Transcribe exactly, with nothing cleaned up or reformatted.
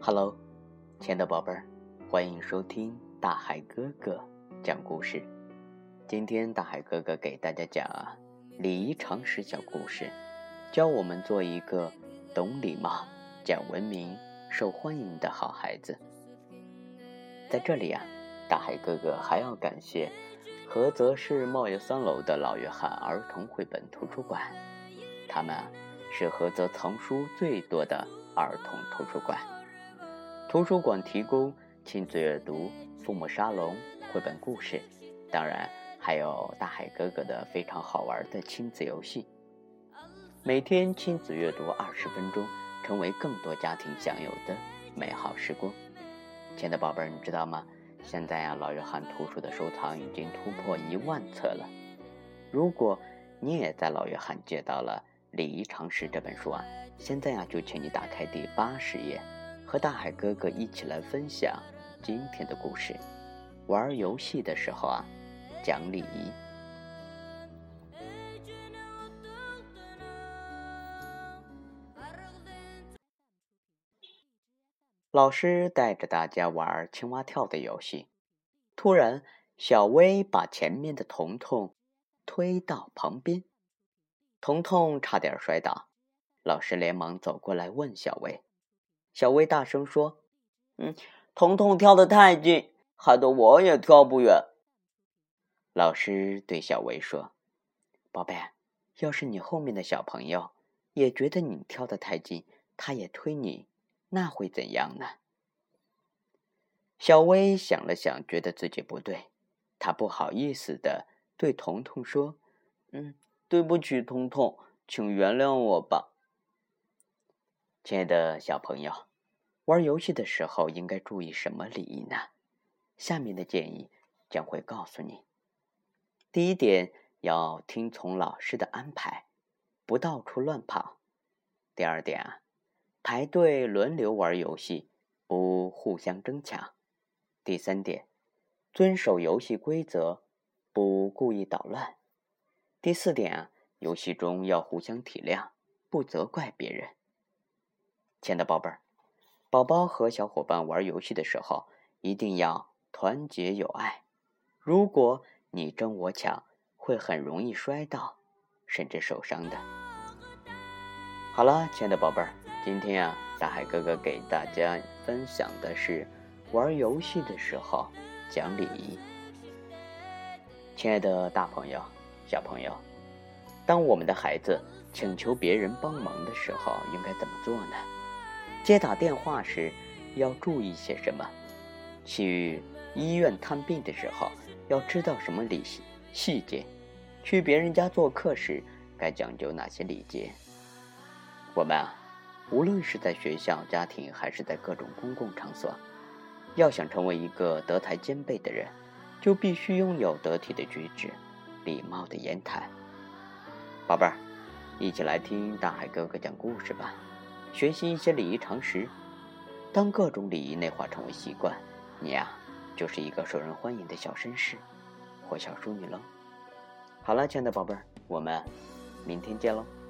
Hello， 亲爱的宝贝儿，欢迎收听大海哥哥讲故事。今天大海哥哥给大家讲啊礼仪常识小故事，教我们做一个懂礼貌、讲文明、受欢迎的好孩子。在这里啊，大海哥哥还要感谢菏泽市茂业三楼的老约翰儿童绘本图书馆，他们啊是菏泽藏书最多的儿童图书馆。图书馆提供亲子阅读、父母沙龙、绘本故事，当然还有大海哥哥的非常好玩的亲子游戏。每天亲子阅读二十分钟，成为更多家庭享有的美好时光。亲爱的宝贝儿，你知道吗？现在啊，老约翰图书的收藏已经突破一万册了。如果你也在老约翰借到了《礼仪常识》这本书啊，现在啊，就请你打开第八十页。和大海哥哥一起来分享今天的故事。玩游戏的时候啊，讲礼仪。老师带着大家玩青蛙跳的游戏，突然小薇把前面的彤彤推到旁边，彤彤差点摔倒。老师连忙走过来问小薇，小薇大声说，嗯，彤彤跳得太近，害得我也跳不远。老师对小薇说，宝贝，要是你后面的小朋友也觉得你跳得太近，他也推你，那会怎样呢？小薇想了想，觉得自己不对，她不好意思地对彤彤说，嗯，对不起彤彤，请原谅我吧。亲爱的小朋友，玩游戏的时候应该注意什么礼仪呢？下面的建议将会告诉你。第一点，要听从老师的安排，不到处乱跑。第二点啊，排队轮流玩游戏，不互相争抢。第三点，遵守游戏规则，不故意捣乱。第四点啊，游戏中要互相体谅，不责怪别人。亲爱的宝贝儿，宝宝和小伙伴玩游戏的时候，一定要团结友爱。如果你争我抢，会很容易摔倒，甚至受伤的。好了，亲爱的宝贝儿，今天啊，大海哥哥给大家分享的是玩游戏的时候讲礼仪。亲爱的大朋友、小朋友，当我们的孩子请求别人帮忙的时候，应该怎么做呢？接打电话时要注意些什么？去医院探病的时候要知道什么礼细节？去别人家做客时该讲究哪些礼节？我们啊，无论是在学校、家庭还是在各种公共场所，要想成为一个德才兼备的人，就必须拥有得体的举止、礼貌的言谈。宝贝儿，一起来听大海哥哥讲故事吧，学习一些礼仪常识。当各种礼仪内化成为习惯，你呀、啊，就是一个受人欢迎的小绅士或小淑女喽。好了，亲爱的宝贝儿，我们明天见喽。